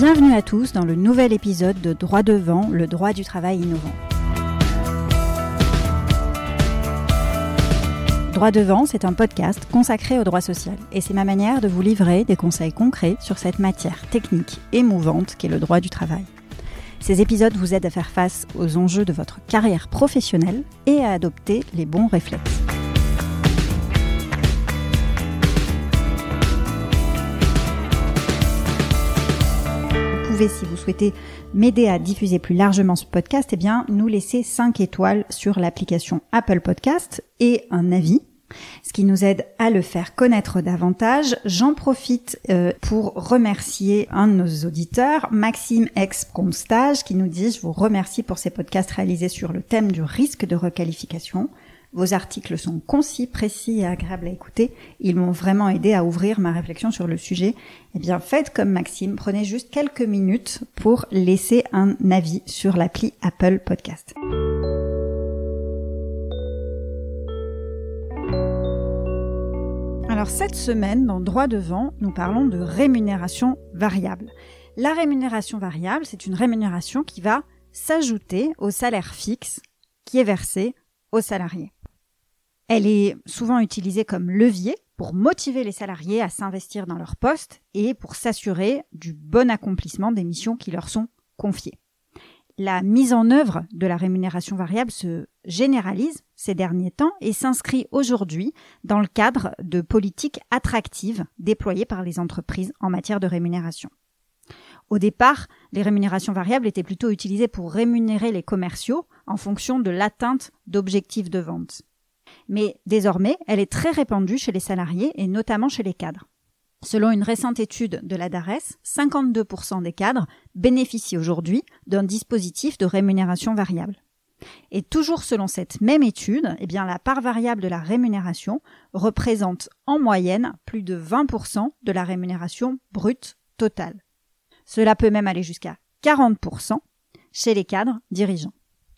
Bienvenue à tous dans le nouvel épisode de Droit devant, le droit du travail innovant. Droit devant, c'est un podcast consacré au droit social et c'est ma manière de vous livrer des conseils concrets sur cette matière technique et mouvante qu'est le droit du travail. Ces épisodes vous aident à faire face aux enjeux de votre carrière professionnelle et à adopter les bons réflexes. Vous pouvez, si vous souhaitez m'aider à diffuser plus largement ce podcast, nous laisser 5 étoiles sur l'application Apple Podcast et un avis, ce qui nous aide à le faire connaître davantage. J'en profite pour remercier un de nos auditeurs, Maxime Ex-Constage, qui nous dit « Je vous remercie pour ces podcasts réalisés sur le thème du risque de requalification. Vos articles sont concis, précis et agréables à écouter. Ils m'ont vraiment aidé à ouvrir ma réflexion sur le sujet. » Faites comme Maxime, prenez juste quelques minutes pour laisser un avis sur l'appli Apple Podcast. Alors cette semaine, dans Droit devant, nous parlons de rémunération variable. La rémunération variable, c'est une rémunération qui va s'ajouter au salaire fixe qui est versé aux salariés. Elle est souvent utilisée comme levier pour motiver les salariés à s'investir dans leur poste et pour s'assurer du bon accomplissement des missions qui leur sont confiées. La mise en œuvre de la rémunération variable se généralise ces derniers temps et s'inscrit aujourd'hui dans le cadre de politiques attractives déployées par les entreprises en matière de rémunération. Au départ, les rémunérations variables étaient plutôt utilisées pour rémunérer les commerciaux en fonction de l'atteinte d'objectifs de vente. Mais désormais, elle est très répandue chez les salariés et notamment chez les cadres. Selon une récente étude de la DARES, 52% des cadres bénéficient aujourd'hui d'un dispositif de rémunération variable. Et toujours selon cette même étude, la part variable de la rémunération représente en moyenne plus de 20% de la rémunération brute totale. Cela peut même aller jusqu'à 40% chez les cadres dirigeants.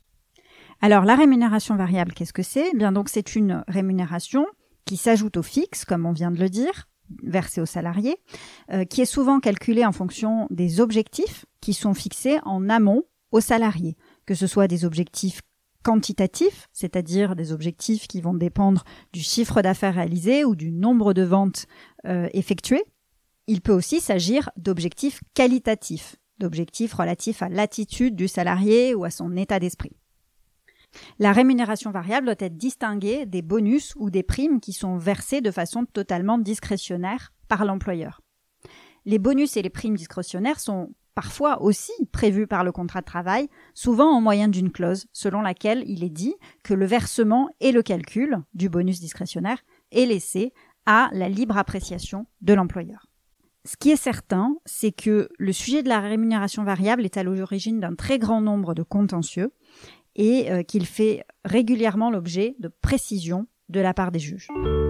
Alors, la rémunération variable, qu'est-ce que c'est ? C'est une rémunération qui s'ajoute au fixe, comme on vient de le dire, versée aux salariés, qui est souvent calculée en fonction des objectifs qui sont fixés en amont aux salariés, que ce soit des objectifs quantitatifs, c'est-à-dire des objectifs qui vont dépendre du chiffre d'affaires réalisé ou du nombre de ventes effectuées. Il peut aussi s'agir d'objectifs qualitatifs, d'objectifs relatifs à l'attitude du salarié ou à son état d'esprit. La rémunération variable doit être distinguée des bonus ou des primes qui sont versés de façon totalement discrétionnaire par l'employeur. Les bonus et les primes discrétionnaires sont parfois aussi prévus par le contrat de travail, souvent en moyen d'une clause selon laquelle il est dit que le versement et le calcul du bonus discrétionnaire est laissé à la libre appréciation de l'employeur. Ce qui est certain, c'est que le sujet de la rémunération variable est à l'origine d'un très grand nombre de contentieux et qu'il fait régulièrement l'objet de précisions de la part des juges.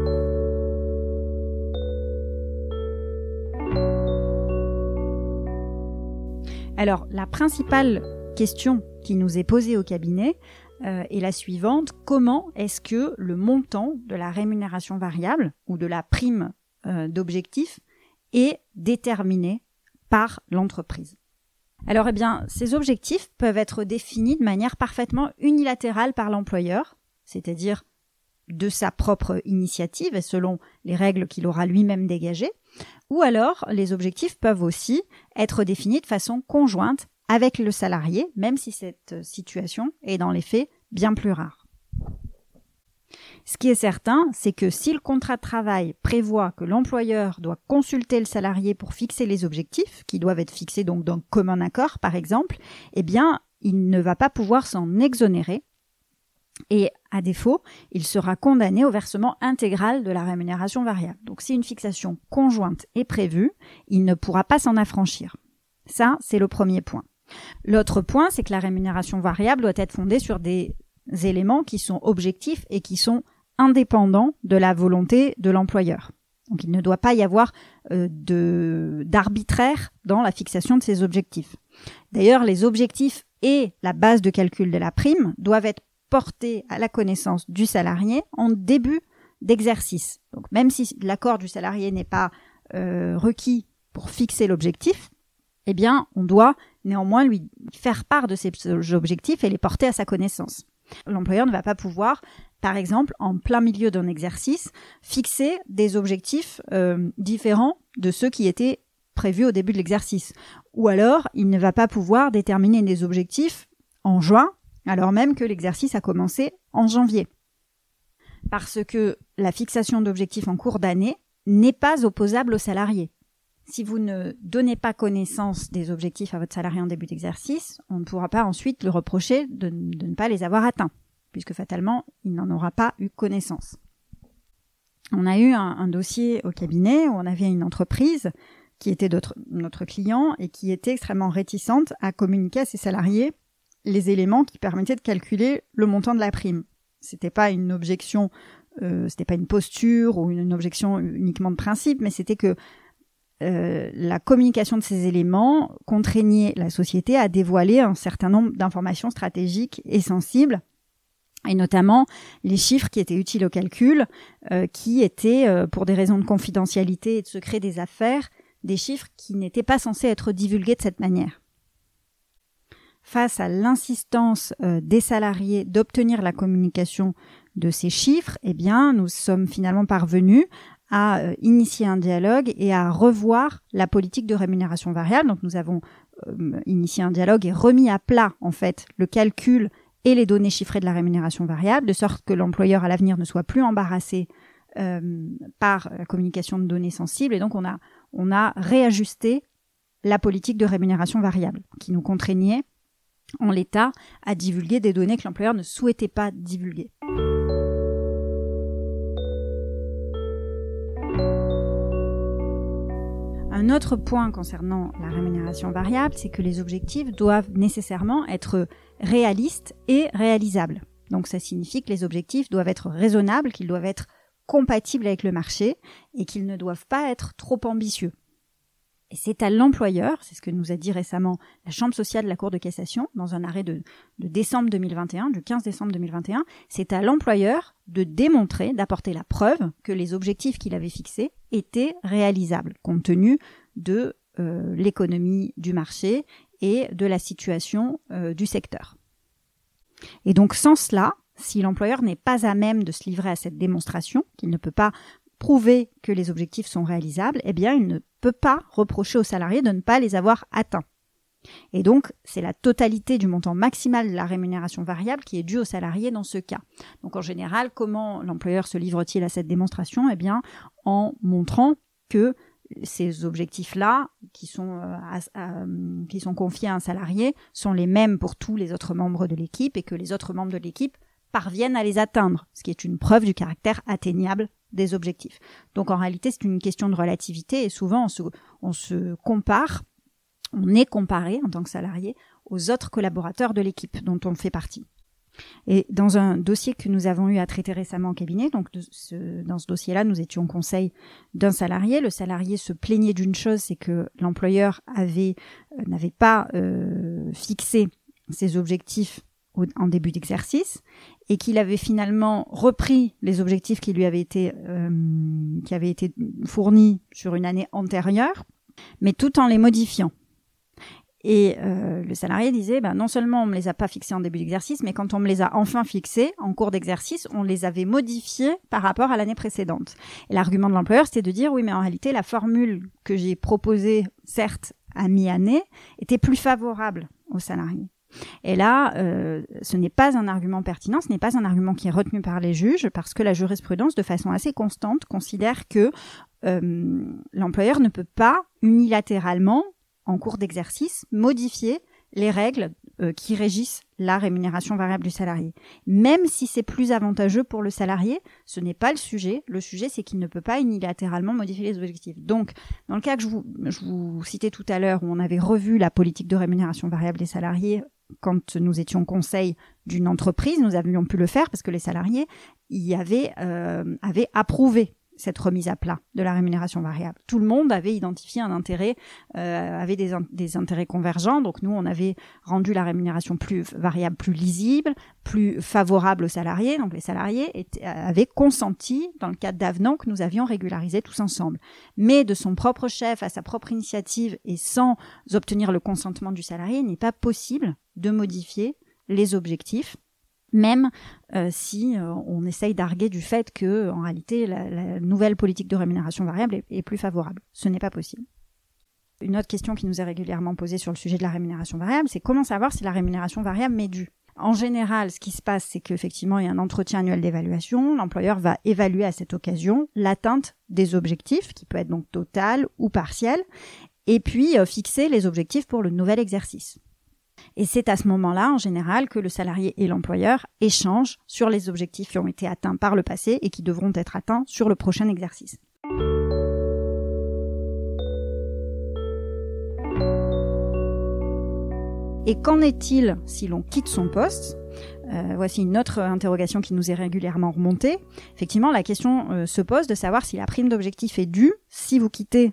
Alors, la principale question qui nous est posée au cabinet est la suivante. Comment est-ce que le montant de la rémunération variable ou de la prime d'objectif est déterminé par l'entreprise? Alors, ces objectifs peuvent être définis de manière parfaitement unilatérale par l'employeur, c'est-à-dire de sa propre initiative et selon les règles qu'il aura lui-même dégagées, ou alors les objectifs peuvent aussi être définis de façon conjointe avec le salarié, même si cette situation est dans les faits bien plus rare. Ce qui est certain, c'est que si le contrat de travail prévoit que l'employeur doit consulter le salarié pour fixer les objectifs, qui doivent être fixés donc d'un commun accord par exemple, il ne va pas pouvoir s'en exonérer et à défaut, il sera condamné au versement intégral de la rémunération variable. Donc si une fixation conjointe est prévue, il ne pourra pas s'en affranchir. Ça, c'est le premier point. L'autre point, c'est que la rémunération variable doit être fondée sur des éléments qui sont objectifs et qui sont indépendants de la volonté de l'employeur. Donc il ne doit pas y avoir d'arbitraire dans la fixation de ces objectifs. D'ailleurs, les objectifs et la base de calcul de la prime doivent être portés à la connaissance du salarié en début d'exercice. Donc même si l'accord du salarié n'est pas requis pour fixer l'objectif, eh bien, on doit néanmoins lui faire part de ces objectifs et les porter à sa connaissance. L'employeur ne va pas pouvoir, par exemple, en plein milieu d'un exercice, fixer des objectifs différents de ceux qui étaient prévus au début de l'exercice. Ou alors, il ne va pas pouvoir déterminer des objectifs en juin, alors même que l'exercice a commencé en janvier. Parce que la fixation d'objectifs en cours d'année n'est pas opposable aux salariés. Si vous ne donnez pas connaissance des objectifs à votre salarié en début d'exercice, on ne pourra pas ensuite le reprocher de ne pas les avoir atteints, puisque fatalement, il n'en aura pas eu connaissance. On a eu un dossier au cabinet où on avait une entreprise qui était notre client et qui était extrêmement réticente à communiquer à ses salariés les éléments qui permettaient de calculer le montant de la prime. C'était pas une objection, c'était pas une posture ou une objection uniquement de principe, mais c'était que la communication de ces éléments contraignait la société à dévoiler un certain nombre d'informations stratégiques et sensibles, et notamment les chiffres qui étaient utiles au calcul, qui étaient, pour des raisons de confidentialité et de secret des affaires, des chiffres qui n'étaient pas censés être divulgués de cette manière. Face à l'insistance des salariés d'obtenir la communication de ces chiffres, eh bien, nous sommes finalement parvenus à initier un dialogue et à revoir la politique de rémunération variable. Donc, nous avons initié un dialogue et remis à plat, en fait, le calcul et les données chiffrées de la rémunération variable, de sorte que l'employeur, à l'avenir, ne soit plus embarrassé par la communication de données sensibles. Et donc, on a réajusté la politique de rémunération variable qui nous contraignait, en l'état, à divulguer des données que l'employeur ne souhaitait pas divulguer. Un autre point concernant la rémunération variable, c'est que les objectifs doivent nécessairement être réalistes et réalisables. Donc ça signifie que les objectifs doivent être raisonnables, qu'ils doivent être compatibles avec le marché et qu'ils ne doivent pas être trop ambitieux. Et c'est à l'employeur, c'est ce que nous a dit récemment la Chambre sociale de la Cour de cassation dans un arrêt de décembre 2021, du 15 décembre 2021, c'est à l'employeur de démontrer, d'apporter la preuve que les objectifs qu'il avait fixés étaient réalisables, compte tenu de l'économie du marché et de la situation du secteur. Et donc sans cela, si l'employeur n'est pas à même de se livrer à cette démonstration, qu'il ne peut pas prouver que les objectifs sont réalisables, eh bien, il ne peut pas reprocher aux salariés de ne pas les avoir atteints. Et donc, c'est la totalité du montant maximal de la rémunération variable qui est due aux salariés dans ce cas. Donc, en général, comment l'employeur se livre-t-il à cette démonstration ? Eh bien, en montrant que ces objectifs-là, qui sont confiés à un salarié, sont les mêmes pour tous les autres membres de l'équipe et que les autres membres de l'équipe parviennent à les atteindre, ce qui est une preuve du caractère atteignable des objectifs. Donc en réalité, c'est une question de relativité et souvent on se compare, on est comparé en tant que salarié aux autres collaborateurs de l'équipe dont on fait partie. Et dans un dossier que nous avons eu à traiter récemment au cabinet, donc dans ce dossier-là, nous étions conseil d'un salarié. Le salarié se plaignait d'une chose, c'est que l'employeur n'avait pas fixé ses objectifs en début d'exercice et qu'il avait finalement repris les objectifs qui avaient été fournis sur une année antérieure, mais tout en les modifiant. Et le salarié disait, non seulement on me les a pas fixés en début d'exercice, mais quand on me les a enfin fixés en cours d'exercice, on les avait modifiés par rapport à l'année précédente. Et l'argument de l'employeur, c'était de dire, oui, mais en réalité, la formule que j'ai proposée, certes, à mi-année, était plus favorable aux salariés. Et là, ce n'est pas un argument pertinent, ce n'est pas un argument qui est retenu par les juges, parce que la jurisprudence, de façon assez constante, considère que l'employeur ne peut pas unilatéralement, en cours d'exercice, modifier les règles qui régissent la rémunération variable du salarié. Même si c'est plus avantageux pour le salarié, ce n'est pas le sujet. Le sujet, c'est qu'il ne peut pas unilatéralement modifier les objectifs. Donc, dans le cas que je vous citais tout à l'heure, où on avait revu la politique de rémunération variable des salariés, quand nous étions conseil d'une entreprise, nous avions pu le faire parce que les salariés y avaient approuvé cette remise à plat de la rémunération variable. Tout le monde avait identifié un intérêt, avait des intérêts convergents. Donc nous, on avait rendu la rémunération variable plus lisible, plus favorable aux salariés. Donc les salariés avaient consenti dans le cadre d'avenants que nous avions régularisé tous ensemble. Mais de son propre chef, à sa propre initiative et sans obtenir le consentement du salarié, il n'est pas possible de modifier les objectifs, même si on essaye d'arguer du fait que, en réalité, la nouvelle politique de rémunération variable est plus favorable. Ce n'est pas possible. Une autre question qui nous est régulièrement posée sur le sujet de la rémunération variable, c'est comment savoir si la rémunération variable m'est due. En général, ce qui se passe, c'est qu'effectivement, il y a un entretien annuel d'évaluation. L'employeur va évaluer à cette occasion l'atteinte des objectifs, qui peut être donc total ou partiel, et puis fixer les objectifs pour le nouvel exercice. Et c'est à ce moment-là, en général, que le salarié et l'employeur échangent sur les objectifs qui ont été atteints par le passé et qui devront être atteints sur le prochain exercice. Et qu'en est-il si l'on quitte son poste ? Voici une autre interrogation qui nous est régulièrement remontée. Effectivement, la question se pose de savoir si la prime d'objectif est due si vous quittez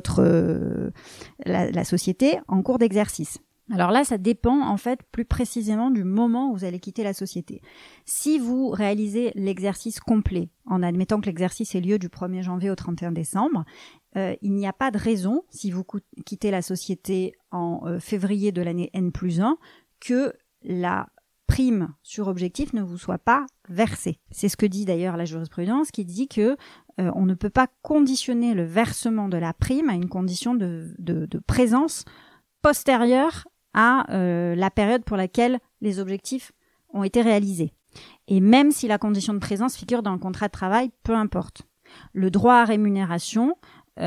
la société en cours d'exercice. Alors là, ça dépend en fait plus précisément du moment où vous allez quitter la société. Si vous réalisez l'exercice complet, en admettant que l'exercice ait lieu du 1er janvier au 31 décembre, il n'y a pas de raison, si vous quittez la société en février de l'année N+1, que la prime sur objectif ne vous soit pas versée. C'est ce que dit d'ailleurs la jurisprudence qui dit que on ne peut pas conditionner le versement de la prime à une condition de présence postérieure à la période pour laquelle les objectifs ont été réalisés. Et même si la condition de présence figure dans le contrat de travail, peu importe. Le droit à rémunération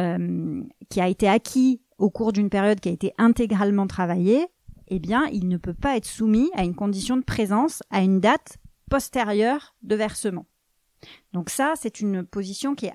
qui a été acquis au cours d'une période qui a été intégralement travaillée, eh bien, il ne peut pas être soumis à une condition de présence à une date postérieure de versement. Donc ça, c'est une position qui est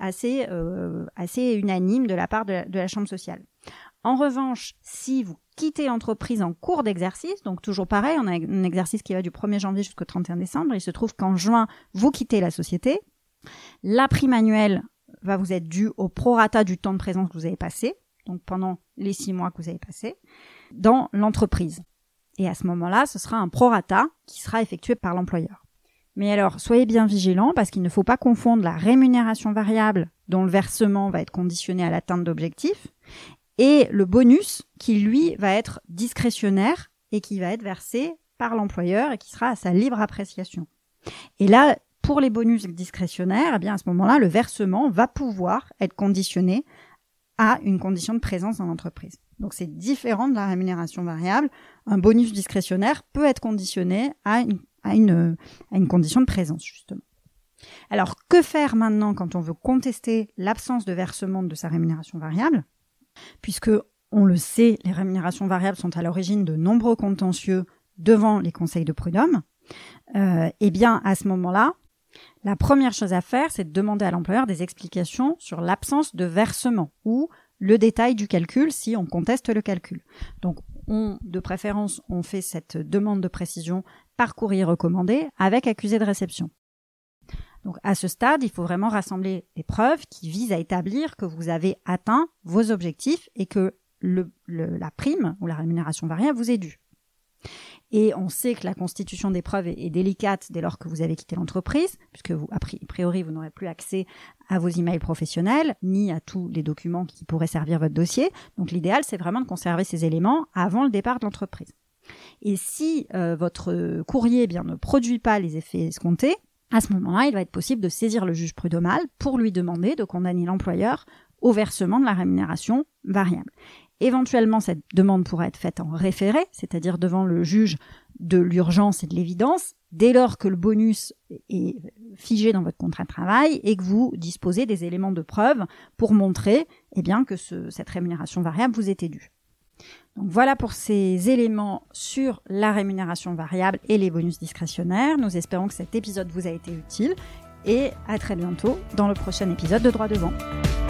assez unanime de la part de la Chambre sociale. En revanche, si vous quittez l'entreprise en cours d'exercice, donc toujours pareil, on a un exercice qui va du 1er janvier jusqu'au 31 décembre, il se trouve qu'en juin, vous quittez la société, la prime annuelle va vous être due au prorata du temps de présence que vous avez passé, donc pendant les 6 mois que vous avez passé, dans l'entreprise. Et à ce moment-là, ce sera un prorata qui sera effectué par l'employeur. Mais alors, soyez bien vigilants parce qu'il ne faut pas confondre la rémunération variable dont le versement va être conditionné à l'atteinte d'objectifs et le bonus qui, lui, va être discrétionnaire et qui va être versé par l'employeur et qui sera à sa libre appréciation. Et là, pour les bonus discrétionnaires, eh bien, à ce moment-là, le versement va pouvoir être conditionné à une condition de présence dans l'entreprise. Donc, c'est différent de la rémunération variable. Un bonus discrétionnaire peut être conditionné à une condition de présence, justement. Alors, que faire maintenant quand on veut contester l'absence de versement de sa rémunération variable ? Puisque, on le sait, les rémunérations variables sont à l'origine de nombreux contentieux devant les conseils de prud'homme. Eh bien, à ce moment-là, la première chose à faire, c'est de demander à l'employeur des explications sur l'absence de versement ou le détail du calcul si on conteste le calcul. Donc, de préférence, on fait cette demande de précision par courrier recommandé avec accusé de réception. Donc, à ce stade, il faut vraiment rassembler des preuves qui visent à établir que vous avez atteint vos objectifs et que la prime ou la rémunération variable vous est due. Et on sait que la constitution des preuves est délicate dès lors que vous avez quitté l'entreprise, puisque vous, a priori, vous n'aurez plus accès à vos emails professionnels, ni à tous les documents qui pourraient servir votre dossier. Donc l'idéal, c'est vraiment de conserver ces éléments avant le départ de l'entreprise. Et si votre courrier ne produit pas les effets escomptés, à ce moment-là, il va être possible de saisir le juge prud'homal pour lui demander de condamner l'employeur au versement de la rémunération variable. Éventuellement, cette demande pourra être faite en référé, c'est-à-dire devant le juge de l'urgence et de l'évidence, dès lors que le bonus est figé dans votre contrat de travail et que vous disposez des éléments de preuve pour montrer que cette rémunération variable vous était due. Donc voilà pour ces éléments sur la rémunération variable et les bonus discrétionnaires. Nous espérons que cet épisode vous a été utile et à très bientôt dans le prochain épisode de Droit Devant.